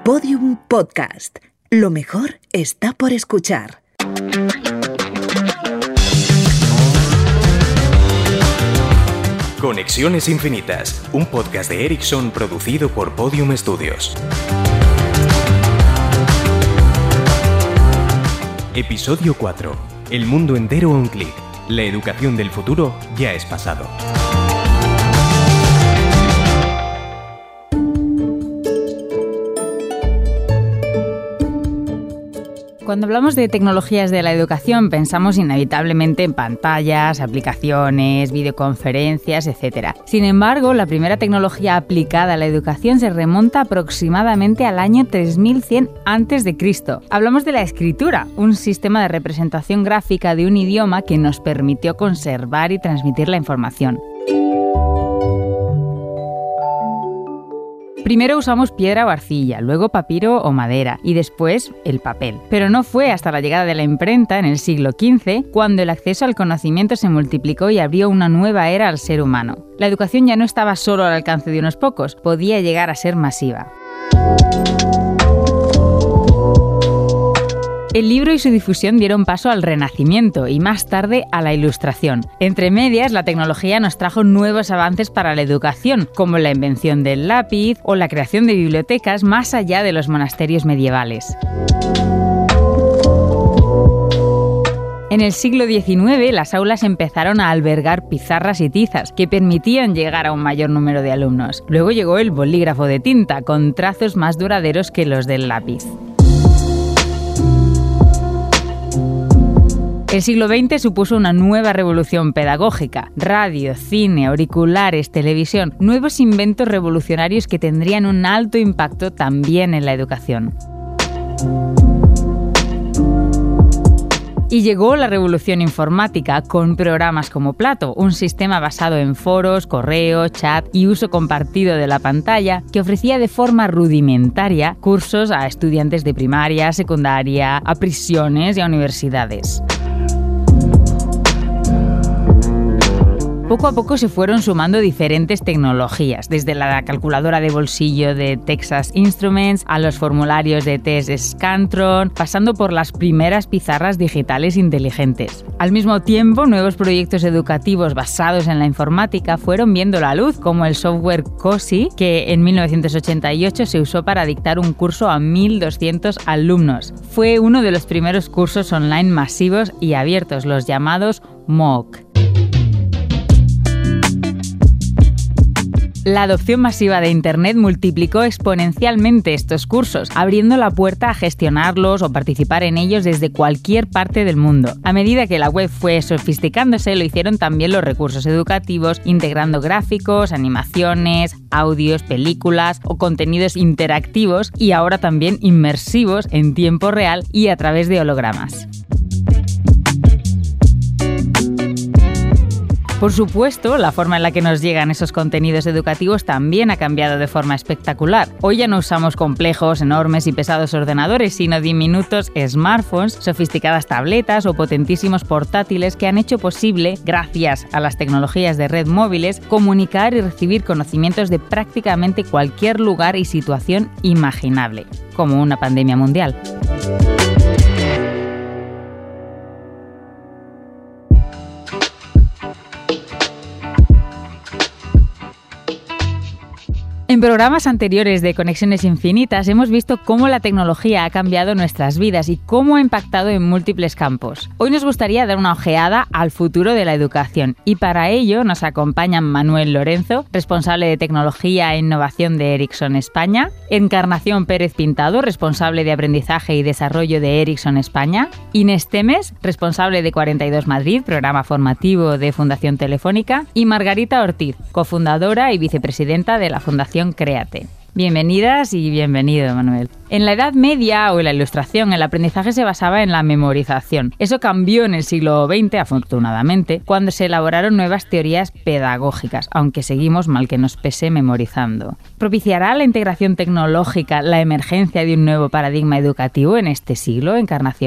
Podium Podcast. Lo mejor está por escuchar. Conexiones Infinitas, un podcast de Ericsson producido por Podium Studios. Episodio 4. El mundo entero a un clic. La educación del futuro ya es pasado. Cuando hablamos de tecnologías de la educación, pensamos inevitablemente en pantallas, aplicaciones, videoconferencias, etc. Sin embargo, la primera tecnología aplicada a la educación se remonta aproximadamente al año 3100 a.C. Hablamos de la escritura, un sistema de representación gráfica de un idioma que nos permitió conservar y transmitir la información. Primero usamos piedra o arcilla, luego papiro o madera y después el papel. Pero no fue hasta la llegada de la imprenta en el siglo XV cuando el acceso al conocimiento se multiplicó y abrió una nueva era al ser humano. La educación ya no estaba solo al alcance de unos pocos, podía llegar a ser masiva. El libro y su difusión dieron paso al Renacimiento y más tarde a la Ilustración. Entre medias, la tecnología nos trajo nuevos avances para la educación, como la invención del lápiz o la creación de bibliotecas más allá de los monasterios medievales. En el siglo XIX, las aulas empezaron a albergar pizarras y tizas que permitían llegar a un mayor número de alumnos. Luego llegó el bolígrafo de tinta, con trazos más duraderos que los del lápiz. El siglo XX supuso una nueva revolución pedagógica. Radio, cine, auriculares, televisión, nuevos inventos revolucionarios que tendrían un alto impacto también en la educación. Y llegó la revolución informática con programas como Plato, un sistema basado en foros, correo, chat y uso compartido de la pantalla que ofrecía de forma rudimentaria cursos a estudiantes de primaria, secundaria, a prisiones y a universidades. Poco a poco se fueron sumando diferentes tecnologías, desde la calculadora de bolsillo de Texas Instruments a los formularios de test Scantron, pasando por las primeras pizarras digitales inteligentes. Al mismo tiempo, nuevos proyectos educativos basados en la informática fueron viendo la luz, como el software COSI, que en 1988 se usó para dictar un curso a 1.200 alumnos. Fue uno de los primeros cursos online masivos y abiertos, los llamados MOOC. La adopción masiva de Internet multiplicó exponencialmente estos cursos, abriendo la puerta a gestionarlos o participar en ellos desde cualquier parte del mundo. A medida que la web fue sofisticándose, lo hicieron también los recursos educativos, integrando gráficos, animaciones, audios, películas o contenidos interactivos y ahora también inmersivos en tiempo real y a través de hologramas. Por supuesto, la forma en la que nos llegan esos contenidos educativos también ha cambiado de forma espectacular. Hoy ya no usamos complejos, enormes y pesados ordenadores, sino diminutos smartphones, sofisticadas tabletas o potentísimos portátiles que han hecho posible, gracias a las tecnologías de red móviles, comunicar y recibir conocimientos de prácticamente cualquier lugar y situación imaginable, como una pandemia mundial. En programas anteriores de Conexiones Infinitas hemos visto cómo la tecnología ha cambiado nuestras vidas y cómo ha impactado en múltiples campos. Hoy nos gustaría dar una ojeada al futuro de la educación y para ello nos acompañan Manuel Lorenzo, responsable de Tecnología e Innovación de Ericsson España, Encarnación Pérez Pintado, responsable de Aprendizaje y Desarrollo de Ericsson España, Inés Temes, responsable de 42 Madrid, programa formativo de Fundación Telefónica, y Margarita Ortiz, cofundadora y vicepresidenta de la Fundación Créate. Bienvenidas y bienvenido, Manuel. En la Edad Media o en la Ilustración, el aprendizaje se basaba en la memorización. Eso cambió en el siglo XX, afortunadamente, cuando se elaboraron nuevas teorías pedagógicas, aunque seguimos, mal que nos pese, memorizando. ¿Propiciará la integración tecnológica la emergencia de un nuevo paradigma educativo en este siglo, Encarnación?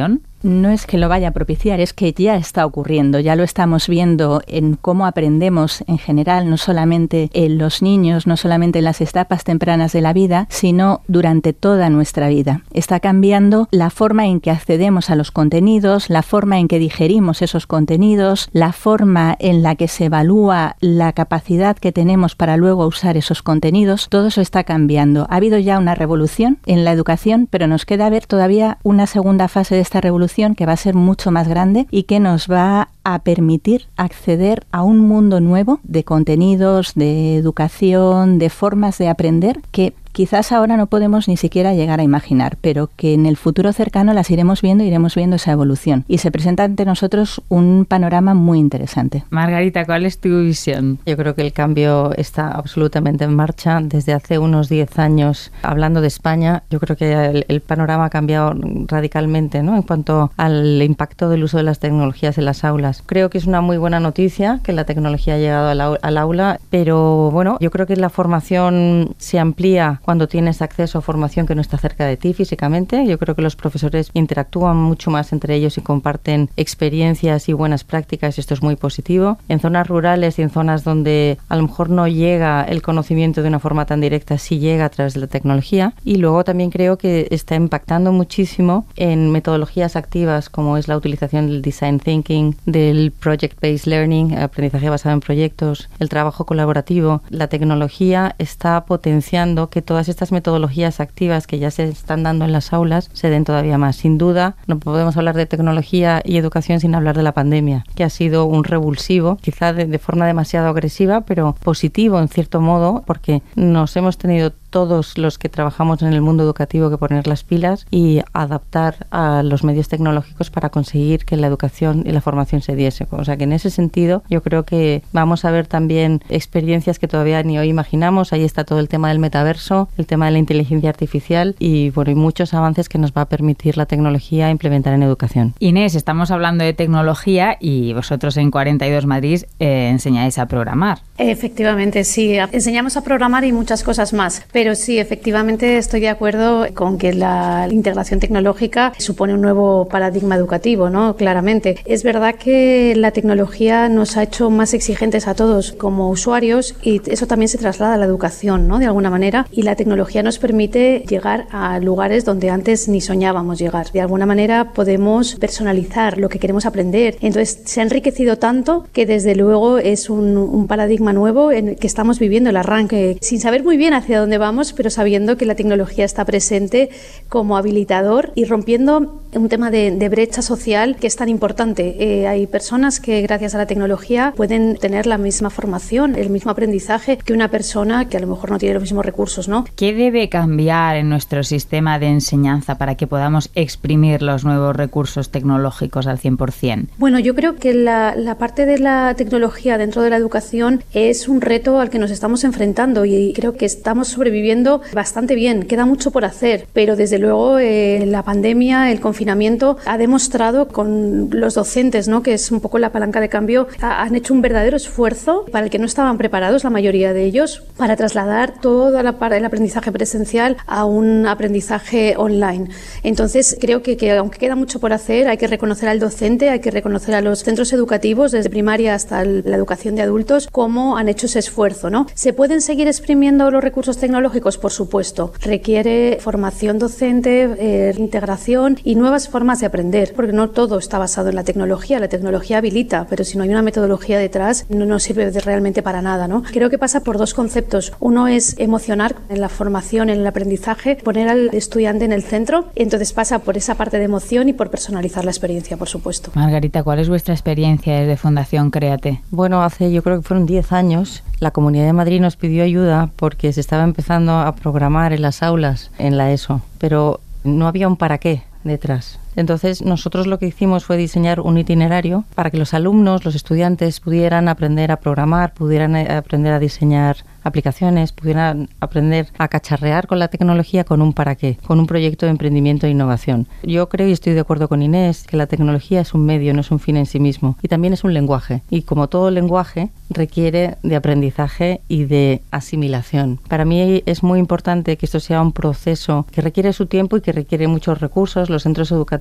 no es que lo vaya a propiciar, es que ya está ocurriendo, ya lo estamos viendo en cómo aprendemos en general, no solamente en los niños, no solamente en las etapas tempranas de la vida, sino durante toda nuestra vida. Está cambiando la forma en que accedemos a los contenidos, la forma en que digerimos esos contenidos, la forma en la que se evalúa la capacidad que tenemos para luego usar esos contenidos. Todo eso está cambiando. Ha habido ya una revolución en la educación, pero nos queda ver todavía una segunda fase de esta revolución que va a ser mucho más grande y que nos va a permitir acceder a un mundo nuevo de contenidos, de educación, de formas de aprender que quizás ahora no podemos ni siquiera llegar a imaginar, pero que en el futuro cercano las iremos viendo esa evolución. Y se presenta ante nosotros un panorama muy interesante. Margarita, ¿cuál es tu visión? Yo creo que el cambio está absolutamente en marcha. Desde hace unos 10 años, hablando de España, yo creo que el panorama ha cambiado radicalmente, ¿no?, en cuanto al impacto del uso de las tecnologías en las aulas. Creo que es una muy buena noticia que la tecnología ha llegado al aula, pero bueno, yo creo que la formación se amplía cuando tienes acceso a formación que no está cerca de ti físicamente. Yo creo que los profesores interactúan mucho más entre ellos y comparten experiencias y buenas prácticas, y esto es muy positivo. En zonas rurales y en zonas donde a lo mejor no llega el conocimiento de una forma tan directa, sí llega a través de la tecnología. Y luego también creo que está impactando muchísimo en metodologías activas como es la utilización del design thinking, del project-based learning, aprendizaje basado en proyectos, el trabajo colaborativo. La tecnología está potenciando que todas estas metodologías activas que ya se están dando en las aulas se den todavía más. Sin duda, no podemos hablar de tecnología y educación sin hablar de la pandemia, que ha sido un revulsivo, quizá de forma demasiado agresiva, pero positivo en cierto modo, porque nos hemos tenido todos los que trabajamos en el mundo educativo que poner las pilas y adaptar a los medios tecnológicos para conseguir que la educación y la formación se diese. O sea que en ese sentido yo creo que vamos a ver también experiencias que todavía ni hoy imaginamos. Ahí está todo el tema del metaverso, el tema de la inteligencia artificial y bueno, y muchos avances que nos va a permitir la tecnología implementar en educación. Inés, estamos hablando de tecnología y vosotros en 42 Madrid enseñáis a programar. Efectivamente, sí. Enseñamos a programar y muchas cosas más. Pero sí, efectivamente estoy de acuerdo con que la integración tecnológica supone un nuevo paradigma educativo, ¿no? Claramente. Es verdad que la tecnología nos ha hecho más exigentes a todos como usuarios y eso también se traslada a la educación, ¿no?, de alguna manera. Y la tecnología nos permite llegar a lugares donde antes ni soñábamos llegar. De alguna manera podemos personalizar lo que queremos aprender. Entonces se ha enriquecido tanto que desde luego es un paradigma nuevo en el que estamos viviendo el arranque sin saber muy bien hacia dónde vamos, pero sabiendo que la tecnología está presente como habilitador y rompiendo un tema de brecha social que es tan importante. Hay personas que gracias a la tecnología pueden tener la misma formación, el mismo aprendizaje que una persona que a lo mejor no tiene los mismos recursos, ¿no? ¿Qué debe cambiar en nuestro sistema de enseñanza para que podamos exprimir los nuevos recursos tecnológicos al 100%? Bueno, yo creo que la parte de la tecnología dentro de la educación es un reto al que nos estamos enfrentando y creo que estamos sobreviviendo bastante bien. Queda mucho por hacer, pero desde luego la pandemia, el confinamiento ha demostrado con los docentes, ¿no?, que es un poco la palanca de cambio, han hecho un verdadero esfuerzo para el que no estaban preparados la mayoría de ellos para trasladar todo el aprendizaje presencial a un aprendizaje online. Entonces creo que aunque queda mucho por hacer, hay que reconocer al docente, hay que reconocer a los centros educativos desde primaria hasta la educación de adultos cómo han hecho ese esfuerzo, ¿no? ¿Se pueden seguir exprimiendo los recursos tecnológicos? Por supuesto. Requiere formación docente, integración y nuevas formas de aprender, porque no todo está basado en la tecnología. La tecnología habilita, pero si no hay una metodología detrás, no nos sirve realmente para nada, ¿no? Creo que pasa por dos conceptos. Uno es emocionar en la formación, en el aprendizaje, poner al estudiante en el centro, y entonces pasa por esa parte de emoción y por personalizar la experiencia, por supuesto. Margarita, ¿cuál es vuestra experiencia desde Fundación Créate? Bueno, yo creo que fueron 10 años, la Comunidad de Madrid nos pidió ayuda porque se estaba empezando a programar en las aulas, en la ESO, pero no había un para qué detrás. Entonces nosotros lo que hicimos fue diseñar un itinerario para que los alumnos, los estudiantes pudieran aprender a programar, pudieran aprender a diseñar aplicaciones, pudieran aprender a cacharrear con la tecnología con un para qué, con un proyecto de emprendimiento e innovación. Yo creo y estoy de acuerdo con Inés que la tecnología es un medio, no es un fin en sí mismo, y también es un lenguaje, y como todo lenguaje requiere de aprendizaje y de asimilación. Para mí es muy importante que esto sea un proceso que requiere su tiempo y que requiere muchos recursos. Los centros educativos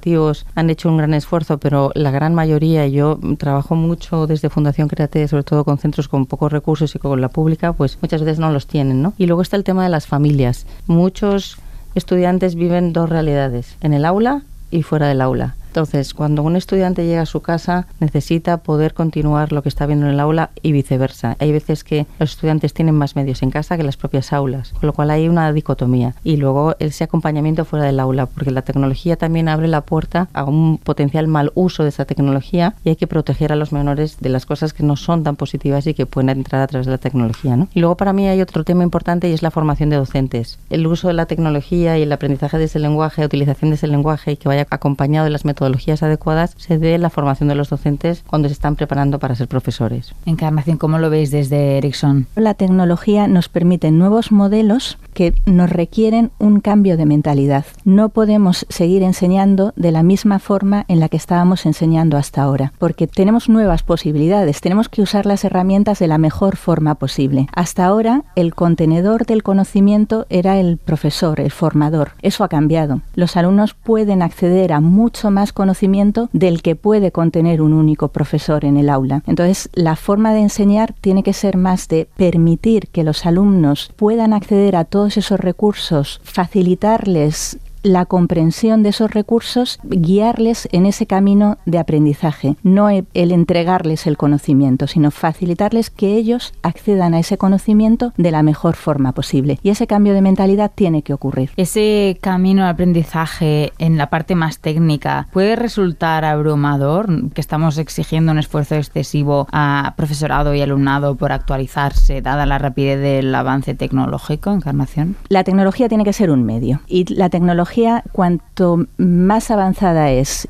educativos han hecho un gran esfuerzo, pero la gran mayoría, yo trabajo mucho desde Fundación Créate, sobre todo con centros con pocos recursos y con la pública, pues muchas veces no los tienen, ¿no? Y luego está el tema de las familias. Muchos estudiantes viven dos realidades, en el aula y fuera del aula. Entonces, cuando un estudiante llega a su casa, necesita poder continuar lo que está viendo en el aula y viceversa. Hay veces que los estudiantes tienen más medios en casa que las propias aulas, con lo cual hay una dicotomía. Y luego ese acompañamiento fuera del aula, porque la tecnología también abre la puerta a un potencial mal uso de esa tecnología y hay que proteger a los menores de las cosas que no son tan positivas y que pueden entrar a través de la tecnología, ¿no? Y luego para mí hay otro tema importante y es la formación de docentes. El uso de la tecnología y el aprendizaje de ese lenguaje, la utilización de ese lenguaje y que vaya acompañado de las metodologías adecuadas se dé la formación de los docentes cuando se están preparando para ser profesores. Encarnación, ¿cómo lo veis desde Ericsson? La tecnología nos permite nuevos modelos que nos requieren un cambio de mentalidad. No podemos seguir enseñando de la misma forma en la que estábamos enseñando hasta ahora, porque tenemos nuevas posibilidades, tenemos que usar las herramientas de la mejor forma posible. Hasta ahora, el contenedor del conocimiento era el profesor, el formador. Eso ha cambiado. Los alumnos pueden acceder a mucho más conocimiento del que puede contener un único profesor en el aula. Entonces, la forma de enseñar tiene que ser más de permitir que los alumnos puedan acceder a todos esos recursos, facilitarles la comprensión de esos recursos, guiarles en ese camino de aprendizaje, no el entregarles el conocimiento, sino facilitarles que ellos accedan a ese conocimiento de la mejor forma posible. Y ese cambio de mentalidad tiene que ocurrir. Ese camino de aprendizaje en la parte más técnica puede resultar abrumador, que estamos exigiendo un esfuerzo excesivo a profesorado y alumnado por actualizarse, dada la rapidez del avance tecnológico, Encarnación. La tecnología tiene que ser un medio y la tecnología, cuanto más avanzada es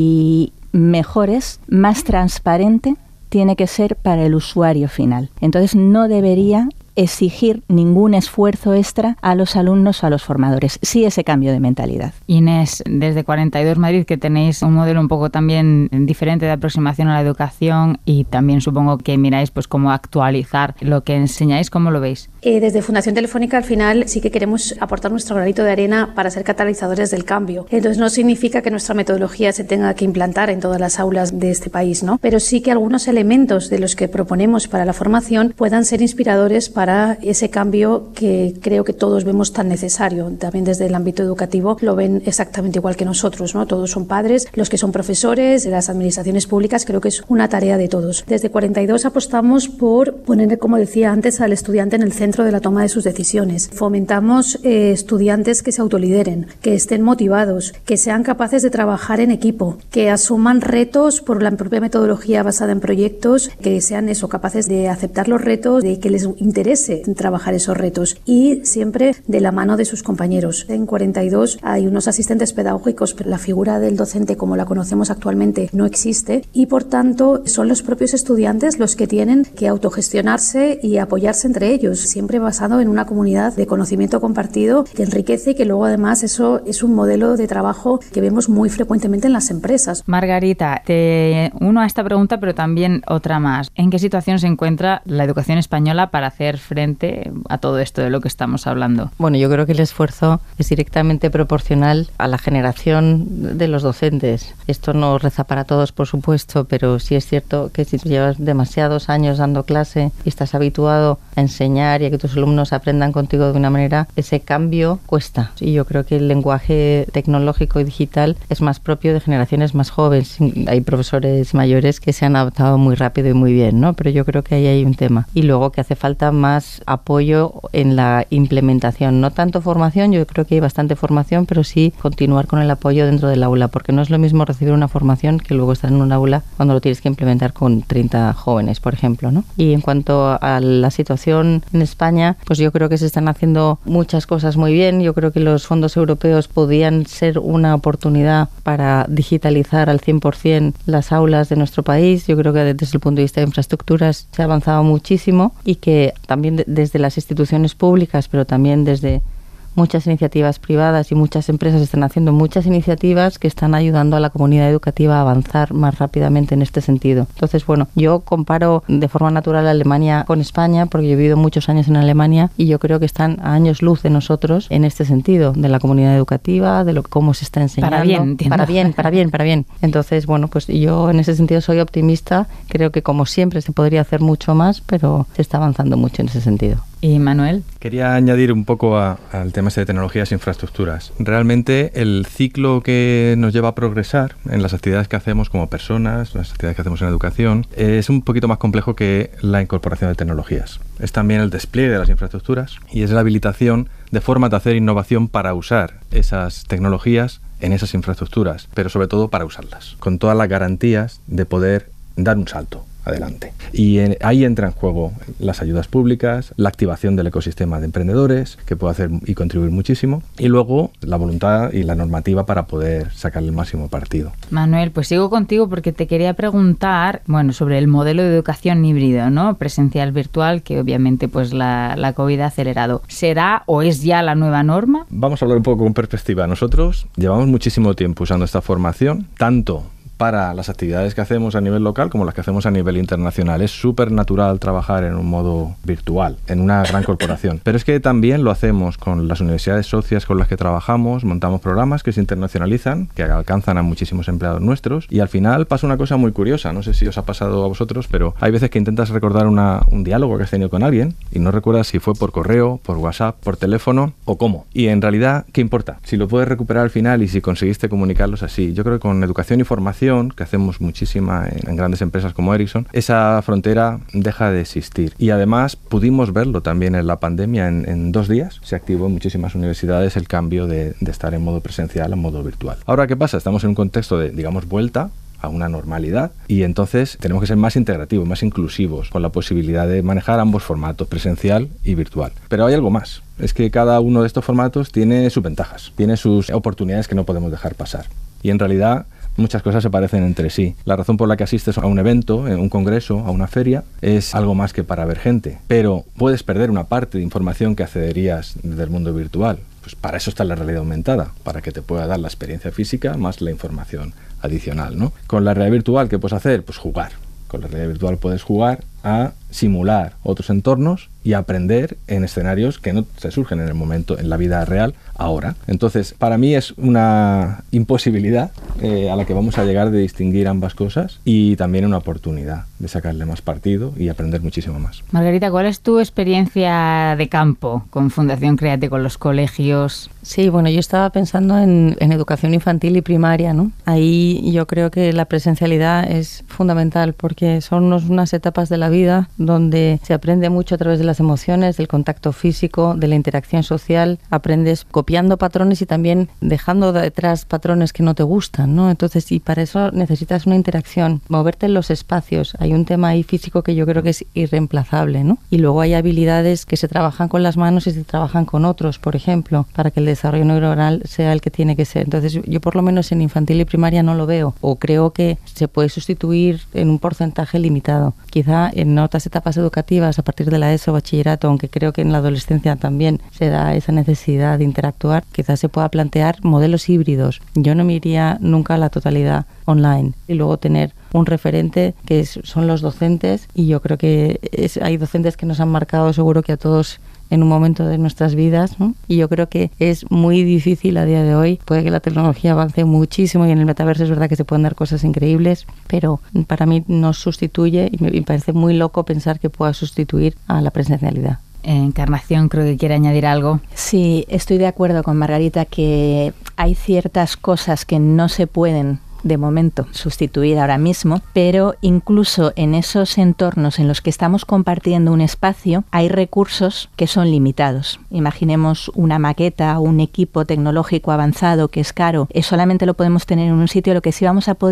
y mejor es, más transparente tiene que ser para el usuario final. Entonces no debería exigir ningún esfuerzo extra a los alumnos o a los formadores. Sí, ese cambio de mentalidad. Inés, desde 42 Madrid, que tenéis un modelo un poco también diferente de aproximación a la educación y también supongo que miráis pues cómo actualizar lo que enseñáis, ¿cómo lo veis? Desde Fundación Telefónica, al final, sí que queremos aportar nuestro granito de arena para ser catalizadores del cambio. Entonces, no significa que nuestra metodología se tenga que implantar en todas las aulas de este país, ¿no? Pero sí que algunos elementos de los que proponemos para la formación puedan ser inspiradores para ese cambio que creo que todos vemos tan necesario. También desde el ámbito educativo lo ven exactamente igual que nosotros, ¿no? Todos son padres, los que son profesores, las administraciones públicas, creo que es una tarea de todos. Desde 42 apostamos por poner, como decía antes, al estudiante en el centro de la toma de sus decisiones. Fomentamos estudiantes que se autolideren, que estén motivados, que sean capaces de trabajar en equipo, que asuman retos por la propia metodología basada en proyectos, que sean capaces de aceptar los retos, de que les interese trabajar esos retos y siempre de la mano de sus compañeros. En 42 hay unos asistentes pedagógicos, pero la figura del docente como la conocemos actualmente no existe y por tanto son los propios estudiantes los que tienen que autogestionarse y apoyarse entre ellos, siempre basado en una comunidad de conocimiento compartido que enriquece y que luego además eso es un modelo de trabajo que vemos muy frecuentemente en las empresas. Margarita, te uno a esta pregunta pero también otra más. ¿En qué situación se encuentra la educación española para hacer frente a todo esto de lo que estamos hablando? Bueno, yo creo que el esfuerzo es directamente proporcional a la generación de los docentes. Esto no reza para todos, por supuesto, pero sí es cierto que si llevas demasiados años dando clase y estás habituado a enseñar y a que tus alumnos aprendan contigo de una manera, ese cambio cuesta. Y yo creo que el lenguaje tecnológico y digital es más propio de generaciones más jóvenes. Hay profesores mayores que se han adaptado muy rápido y muy bien, ¿no? Pero yo creo que ahí hay un tema. Y luego que hace falta más apoyo en la implementación. No tanto formación, yo creo que hay bastante formación, pero sí continuar con el apoyo dentro del aula, porque no es lo mismo recibir una formación que luego estar en un aula cuando lo tienes que implementar con 30 jóvenes, por ejemplo, ¿no? Y en cuanto a la situación en España, pues yo creo que se están haciendo muchas cosas muy bien. Yo creo que los fondos europeos podían ser una oportunidad para digitalizar al 100% las aulas de nuestro país. Yo creo que desde el punto de vista de infraestructuras se ha avanzado muchísimo y que también desde las instituciones públicas, pero también desde muchas iniciativas privadas y muchas empresas están haciendo muchas iniciativas que están ayudando a la comunidad educativa a avanzar más rápidamente en este sentido. Entonces, bueno, yo comparo de forma natural a Alemania con España, porque yo he vivido muchos años en Alemania y yo creo que están a años luz de nosotros en este sentido, de la comunidad educativa, de cómo se está enseñando. Para bien. Entonces, bueno, pues yo en ese sentido soy optimista. Creo que como siempre se podría hacer mucho más, pero se está avanzando mucho en ese sentido. ¿Y Manuel? Quería añadir un poco al tema de tecnologías e infraestructuras. Realmente el ciclo que nos lleva a progresar en las actividades que hacemos como personas, las actividades que hacemos en educación, es un poquito más complejo que la incorporación de tecnologías. Es también el despliegue de las infraestructuras y es la habilitación de formas de hacer innovación para usar esas tecnologías en esas infraestructuras, pero sobre todo para usarlas, con todas las garantías de poder dar un salto adelante. Y ahí entra en juego las ayudas públicas, la activación del ecosistema de emprendedores, que puede hacer y contribuir muchísimo, y luego la voluntad y la normativa para poder sacarle el máximo partido. Manuel, pues sigo contigo porque te quería preguntar, bueno, sobre el modelo de educación híbrido, ¿no? Presencial virtual, que obviamente pues la COVID ha acelerado. ¿Será o es ya la nueva norma? Vamos a hablar un poco con perspectiva. Nosotros llevamos muchísimo tiempo usando esta formación, tanto para las actividades que hacemos a nivel local como las que hacemos a nivel internacional. Es súper natural trabajar en un modo virtual, en una gran corporación. Pero es que también lo hacemos con las universidades socias con las que trabajamos, montamos programas que se internacionalizan, que alcanzan a muchísimos empleados nuestros, y al final pasa una cosa muy curiosa, no sé si os ha pasado a vosotros, pero hay veces que intentas recordar un diálogo que has tenido con alguien y no recuerdas si fue por correo, por WhatsApp, por teléfono o cómo. Y en realidad, ¿qué importa? Si lo puedes recuperar al final y si conseguiste comunicarlos así. Yo creo que con educación y formación, que hacemos muchísima en grandes empresas como Ericsson, esa frontera deja de existir. Y además pudimos verlo también en la pandemia. En 2 días se activó en muchísimas universidades el cambio de estar en modo presencial a modo virtual. Ahora, ¿qué pasa? Estamos en un contexto de, digamos, vuelta a una normalidad y entonces tenemos que ser más integrativos, más inclusivos, con la posibilidad de manejar ambos formatos, presencial y virtual. Pero hay algo más, es que cada uno de estos formatos tiene sus ventajas, tiene sus oportunidades que no podemos dejar pasar. Y en realidad muchas cosas se parecen entre sí. La razón por la que asistes a un evento, a un congreso, a una feria, es algo más que para ver gente. Pero puedes perder una parte de información que accederías desde el mundo virtual. Pues para eso está la realidad aumentada, para que te pueda dar la experiencia física más la información adicional, ¿no? Con la realidad virtual, ¿qué puedes hacer? Pues jugar. Con la realidad virtual puedes jugar a simular otros entornos y aprender en escenarios que no se surgen en el momento, en la vida real, ahora. Entonces, para mí es una imposibilidad a la que vamos a llegar de distinguir ambas cosas y también una oportunidad de sacarle más partido y aprender muchísimo más. Margarita, ¿cuál es tu experiencia de campo con Fundación Créate, con los colegios? Sí, bueno, yo estaba pensando en educación infantil y primaria, ¿no? Ahí yo creo que la presencialidad es fundamental porque son unas etapas de la vida donde se aprende mucho a través de las emociones, del contacto físico, de la interacción social. Aprendes copiando patrones y también dejando detrás patrones que no te gustan, ¿no? Entonces, y para eso necesitas una interacción, moverte en los espacios. Hay un tema ahí físico que yo creo que es irreemplazable, ¿no? Y luego hay habilidades que se trabajan con las manos y se trabajan con otros, por ejemplo, para que el desarrollo neuronal sea el que tiene que ser. Entonces, yo por lo menos en infantil y primaria no lo veo, o creo que se puede sustituir en un porcentaje limitado. Quizá en otras etapas educativas, a partir de la ESO, bachillerato, aunque creo que en la adolescencia también se da esa necesidad de interactuar, quizás se pueda plantear modelos híbridos. Yo no me iría nunca a la totalidad online y luego tener un referente que son los docentes, y yo creo que hay docentes que nos han marcado seguro que a todos en un momento de nuestras vidas, ¿no? Y yo creo que es muy difícil a día de hoy. Puede que la tecnología avance muchísimo y en el metaverso es verdad que se pueden dar cosas increíbles, pero para mí no sustituye y me parece muy loco pensar que pueda sustituir a la presencialidad. Encarnación, creo que quiere añadir algo. Sí, estoy de acuerdo con Margarita que hay ciertas cosas que no se pueden de momento sustituir ahora mismo, pero incluso en esos entornos en los que estamos compartiendo un espacio hay recursos que son limitados. Imaginemos una maqueta o un equipo tecnológico avanzado que es caro, solamente lo podemos tener en un sitio. Lo que sí vamos a poder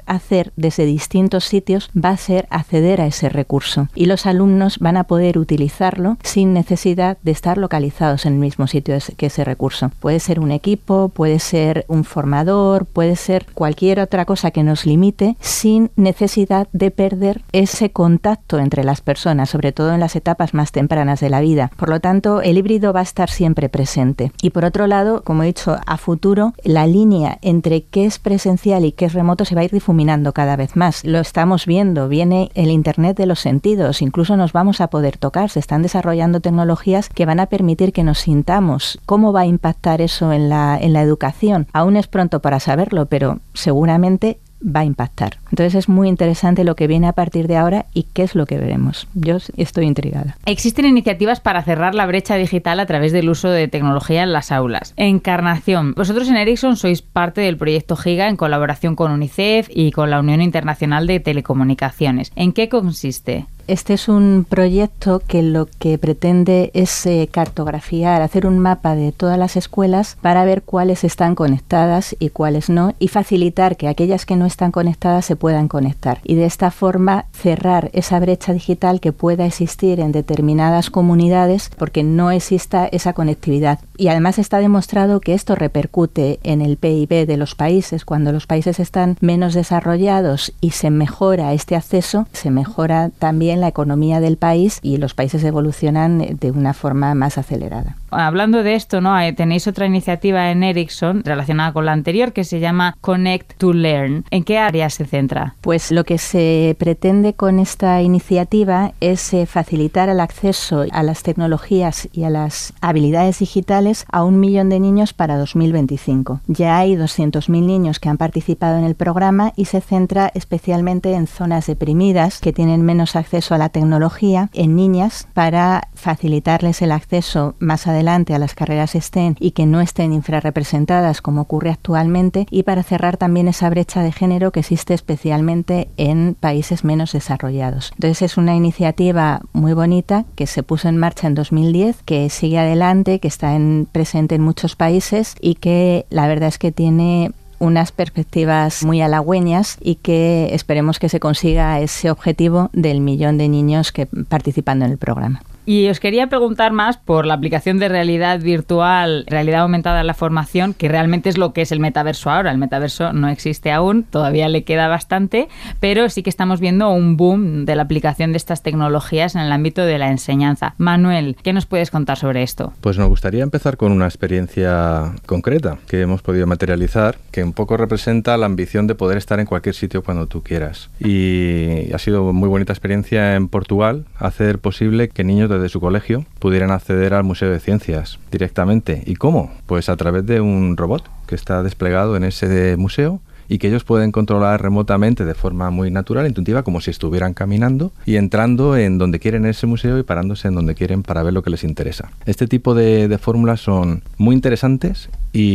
hacer desde distintos sitios va a ser acceder a ese recurso y los alumnos van a poder utilizarlo sin necesidad de estar localizados en el mismo sitio que ese recurso. Puede ser un equipo, puede ser un formador, puede ser cualquier otra cosa que nos limite sin necesidad de perder ese contacto entre las personas, sobre todo en las etapas más tempranas de la vida. Por lo tanto, el híbrido va a estar siempre presente. Y por otro lado, como he dicho, a futuro, la línea entre qué es presencial y qué es remoto se va a ir difuminando cada vez más. Lo estamos viendo, viene el Internet de los sentidos, incluso nos vamos a poder tocar, se están desarrollando tecnologías que van a permitir que nos sintamos. ¿Cómo va a impactar eso en la educación? Aún es pronto para saberlo, pero seguramente va a impactar. Entonces es muy interesante lo que viene a partir de ahora y qué es lo que veremos. Yo estoy intrigada. Existen iniciativas para cerrar la brecha digital a través del uso de tecnología en las aulas. Encarnación. Vosotros en Ericsson sois parte del proyecto GIGA en colaboración con UNICEF y con la Unión Internacional de Telecomunicaciones. ¿En qué consiste? Este es un proyecto que lo que pretende es cartografiar, hacer un mapa de todas las escuelas para ver cuáles están conectadas y cuáles no, y facilitar que aquellas que no están conectadas se puedan conectar. Y de esta forma cerrar esa brecha digital que pueda existir en determinadas comunidades porque no exista esa conectividad. Y además está demostrado que esto repercute en el PIB de los países. Cuando los países están menos desarrollados y se mejora este acceso, se mejora también la economía del país y los países evolucionan de una forma más acelerada. Hablando de esto, ¿no? Tenéis otra iniciativa en Ericsson relacionada con la anterior que se llama Connect to Learn. ¿En qué área se centra? Pues lo que se pretende con esta iniciativa es facilitar el acceso a las tecnologías y a las habilidades digitales a 1 millón de niños para 2025. Ya hay 200.000 niños que han participado en el programa y se centra especialmente en zonas deprimidas que tienen menos acceso a la tecnología, en niñas, para facilitarles el acceso más adelante a las carreras STEM y que no estén infrarrepresentadas como ocurre actualmente, y para cerrar también esa brecha de género que existe especialmente en países menos desarrollados. Entonces es una iniciativa muy bonita que se puso en marcha en 2010, que sigue adelante, que está presente en muchos países y que la verdad es que tiene unas perspectivas muy halagüeñas y que esperemos que se consiga ese objetivo del 1 millón de niños que participando en el programa. Y os quería preguntar más por la aplicación de realidad virtual, realidad aumentada en la formación, que realmente es lo que es el metaverso ahora. El metaverso no existe aún, todavía le queda bastante, pero sí que estamos viendo un boom de la aplicación de estas tecnologías en el ámbito de la enseñanza. Manuel, ¿qué nos puedes contar sobre esto? Pues nos gustaría empezar con una experiencia concreta que hemos podido materializar, que un poco representa la ambición de poder estar en cualquier sitio cuando tú quieras. Y ha sido muy bonita experiencia en Portugal hacer posible que niños de su colegio pudieran acceder al Museo de Ciencias directamente. ¿Y cómo? Pues a través de un robot que está desplegado en ese museo y que ellos pueden controlar remotamente de forma muy natural, intuitiva, como si estuvieran caminando y entrando en donde quieren en ese museo y parándose en donde quieren para ver lo que les interesa. Este tipo de fórmulas son muy interesantes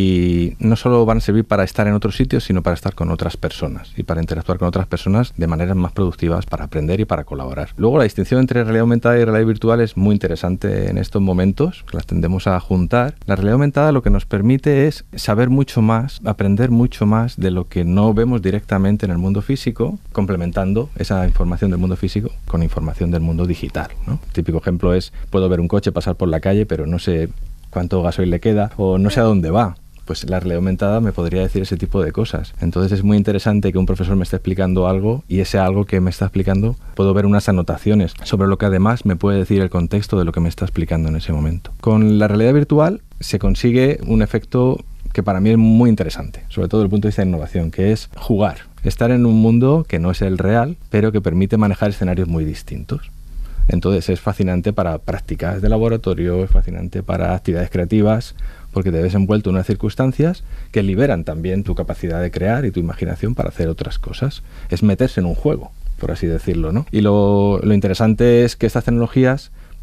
y no solo van a servir para estar en otros sitios, sino para estar con otras personas y para interactuar con otras personas de maneras más productivas para aprender y para colaborar. Luego, la distinción entre realidad aumentada y realidad virtual es muy interesante en estos momentos, que las tendemos a juntar. La realidad aumentada lo que nos permite es saber mucho más, aprender mucho más de lo que no vemos directamente en el mundo físico, complementando esa información del mundo físico con información del mundo digital, ¿no? El típico ejemplo es, puedo ver un coche pasar por la calle, pero no sé cuánto gasoil le queda o no sé a dónde va. Pues la realidad aumentada me podría decir ese tipo de cosas. Entonces es muy interesante que un profesor me esté explicando algo y ese algo que me está explicando puedo ver unas anotaciones sobre lo que además me puede decir el contexto de lo que me está explicando en ese momento. Con la realidad virtual se consigue un efecto que para mí es muy interesante, sobre todo desde el punto de vista de innovación, que es jugar, estar en un mundo que no es el real, pero que permite manejar escenarios muy distintos. Entonces es fascinante para prácticas de laboratorio, es fascinante para actividades creativas, porque te ves envuelto en unas circunstancias que liberan también tu capacidad de crear y tu imaginación para hacer otras cosas. Es meterse en un juego, por así decirlo, ¿no? Y lo interesante es que estas tecnologías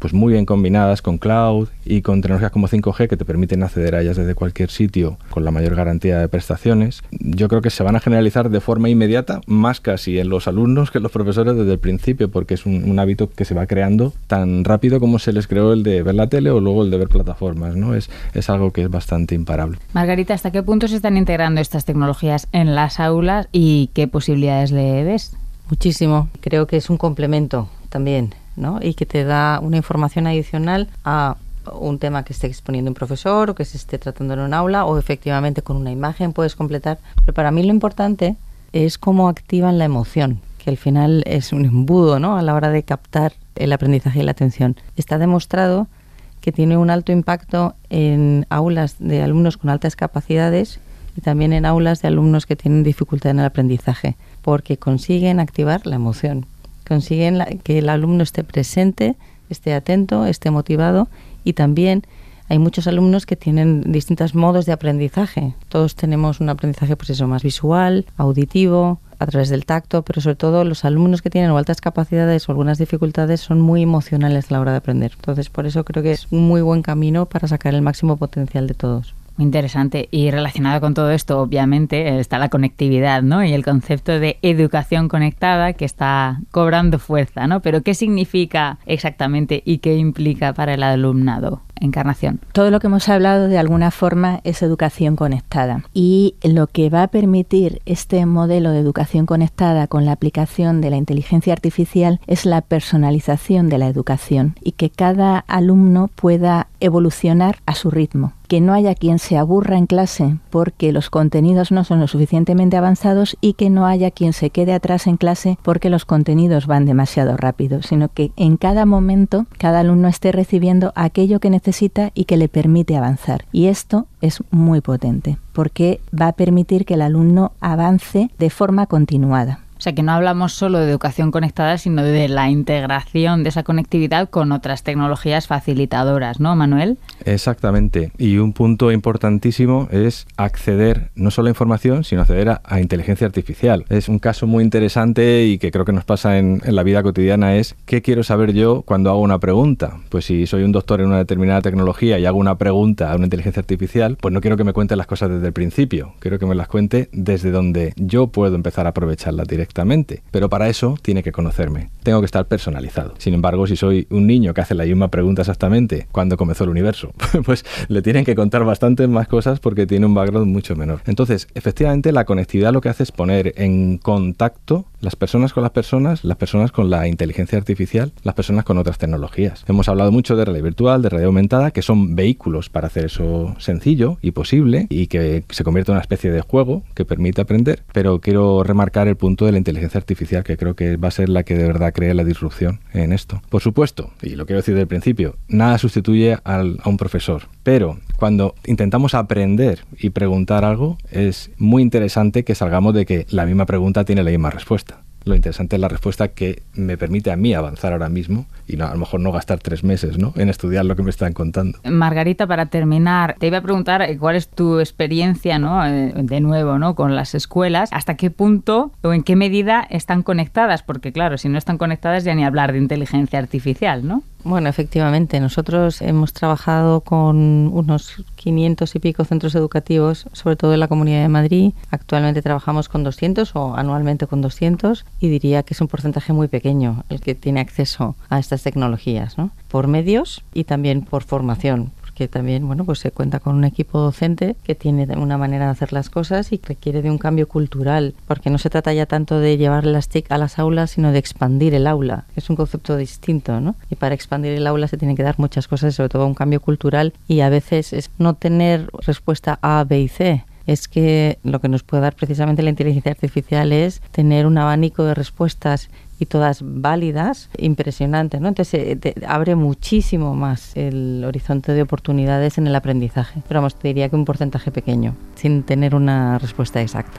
pues muy bien combinadas con cloud y con tecnologías como 5G que te permiten acceder a ellas desde cualquier sitio con la mayor garantía de prestaciones, yo creo que se van a generalizar de forma inmediata, más casi en los alumnos que en los profesores desde el principio, porque es un hábito que se va creando tan rápido como se les creó el de ver la tele o luego el de ver plataformas, ¿no? Es algo que es bastante imparable. Margarita, ¿hasta qué punto se están integrando estas tecnologías en las aulas y qué posibilidades le ves? Muchísimo. Creo que es un complemento también, ¿no? Y que te da una información adicional a un tema que esté exponiendo un profesor o que se esté tratando en un aula, o efectivamente con una imagen puedes completar. Pero para mí lo importante es cómo activan la emoción, que al final es un embudo, ¿no?, a la hora de captar el aprendizaje y la atención. Está demostrado que tiene un alto impacto en aulas de alumnos con altas capacidades y también en aulas de alumnos que tienen dificultad en el aprendizaje, porque consiguen activar la emoción, consiguen que el alumno esté presente, esté atento, esté motivado, y también hay muchos alumnos que tienen distintos modos de aprendizaje. Todos tenemos un aprendizaje, pues eso, más visual, auditivo, a través del tacto, pero sobre todo los alumnos que tienen o altas capacidades o algunas dificultades son muy emocionales a la hora de aprender. Entonces, por eso creo que es un muy buen camino para sacar el máximo potencial de todos. Muy interesante. Y relacionado con todo esto, obviamente, está la conectividad, ¿no? Y el concepto de educación conectada que está cobrando fuerza, ¿no? Pero ¿qué significa exactamente y qué implica para el alumnado? Encarnación. Todo lo que hemos hablado de alguna forma es educación conectada, y lo que va a permitir este modelo de educación conectada con la aplicación de la inteligencia artificial es la personalización de la educación y que cada alumno pueda evolucionar a su ritmo. Que no haya quien se aburra en clase porque los contenidos no son lo suficientemente avanzados y que no haya quien se quede atrás en clase porque los contenidos van demasiado rápido, sino que en cada momento cada alumno esté recibiendo aquello que necesita y que le permite avanzar. Y esto es muy potente porque va a permitir que el alumno avance de forma continuada. O sea, que no hablamos solo de educación conectada, sino de la integración de esa conectividad con otras tecnologías facilitadoras, ¿no, Manuel? Exactamente. Y un punto importantísimo es acceder no solo a información, sino acceder a inteligencia artificial. Es un caso muy interesante y que creo que nos pasa en la vida cotidiana, es ¿qué quiero saber yo cuando hago una pregunta? Pues si soy un doctor en una determinada tecnología y hago una pregunta a una inteligencia artificial, pues no quiero que me cuente las cosas desde el principio. Quiero que me las cuente desde donde yo puedo empezar a aprovecharlas directamente. Pero para eso tiene que conocerme. Tengo que estar personalizado. Sin embargo, si soy un niño que hace la misma pregunta exactamente cuando comenzó el universo, pues le tienen que contar bastantes más cosas porque tiene un background mucho menor. Entonces, efectivamente, la conectividad lo que hace es poner en contacto las personas con las personas con la inteligencia artificial, las personas con otras tecnologías. Hemos hablado mucho de realidad virtual, de realidad aumentada, que son vehículos para hacer eso sencillo y posible y que se convierte en una especie de juego que permite aprender, pero quiero remarcar el punto de la inteligencia artificial, que creo que va a ser la que de verdad cree la disrupción en esto. Por supuesto, y lo quiero decir desde el principio, nada sustituye a un profesor, pero cuando intentamos aprender y preguntar algo, es muy interesante que salgamos de que la misma pregunta tiene la misma respuesta. Lo interesante es la respuesta que me permite a mí avanzar ahora mismo y no, a lo mejor no gastar 3 meses, ¿no?, en estudiar lo que me están contando. Margarita, para terminar, te iba a preguntar cuál es tu experiencia, ¿no?, de nuevo, ¿no?, con las escuelas. ¿Hasta qué punto o en qué medida están conectadas? Porque claro, si no están conectadas ya ni hablar de inteligencia artificial, ¿no? Bueno, efectivamente, nosotros hemos trabajado con unos 500 y pico centros educativos, sobre todo en la Comunidad de Madrid. Actualmente trabajamos con 200 o anualmente con 200 y diría que es un porcentaje muy pequeño el que tiene acceso a estas tecnologías, ¿no?, por medios y también por formación. Que también, bueno, pues se cuenta con un equipo docente que tiene una manera de hacer las cosas y requiere de un cambio cultural, porque no se trata ya tanto de llevar las TIC a las aulas, sino de expandir el aula. Es un concepto distinto, ¿no? Y para expandir el aula se tienen que dar muchas cosas, sobre todo un cambio cultural, y a veces es no tener respuesta A, B y C. Es que lo que nos puede dar precisamente la inteligencia artificial es tener un abanico de respuestas y todas válidas, impresionante, ¿no? Entonces te abre muchísimo más el horizonte de oportunidades en el aprendizaje. Pero vamos, te diría que un porcentaje pequeño, sin tener una respuesta exacta.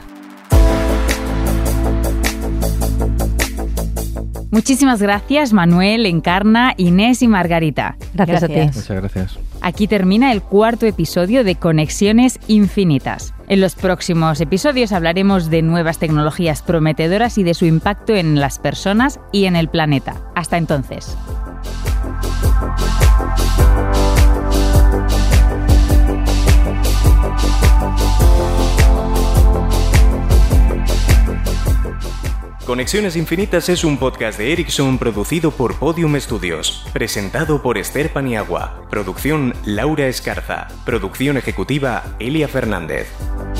Muchísimas gracias, Manuel, Encarna, Inés y Margarita. Gracias a ti. Muchas gracias. Aquí termina el 4º episodio de Conexiones Infinitas. En los próximos episodios hablaremos de nuevas tecnologías prometedoras y de su impacto en las personas y en el planeta. Hasta entonces. Conexiones Infinitas es un podcast de Ericsson producido por Podium Studios, presentado por Esther Paniagua, producción Laura Escarza, producción ejecutiva Elia Fernández.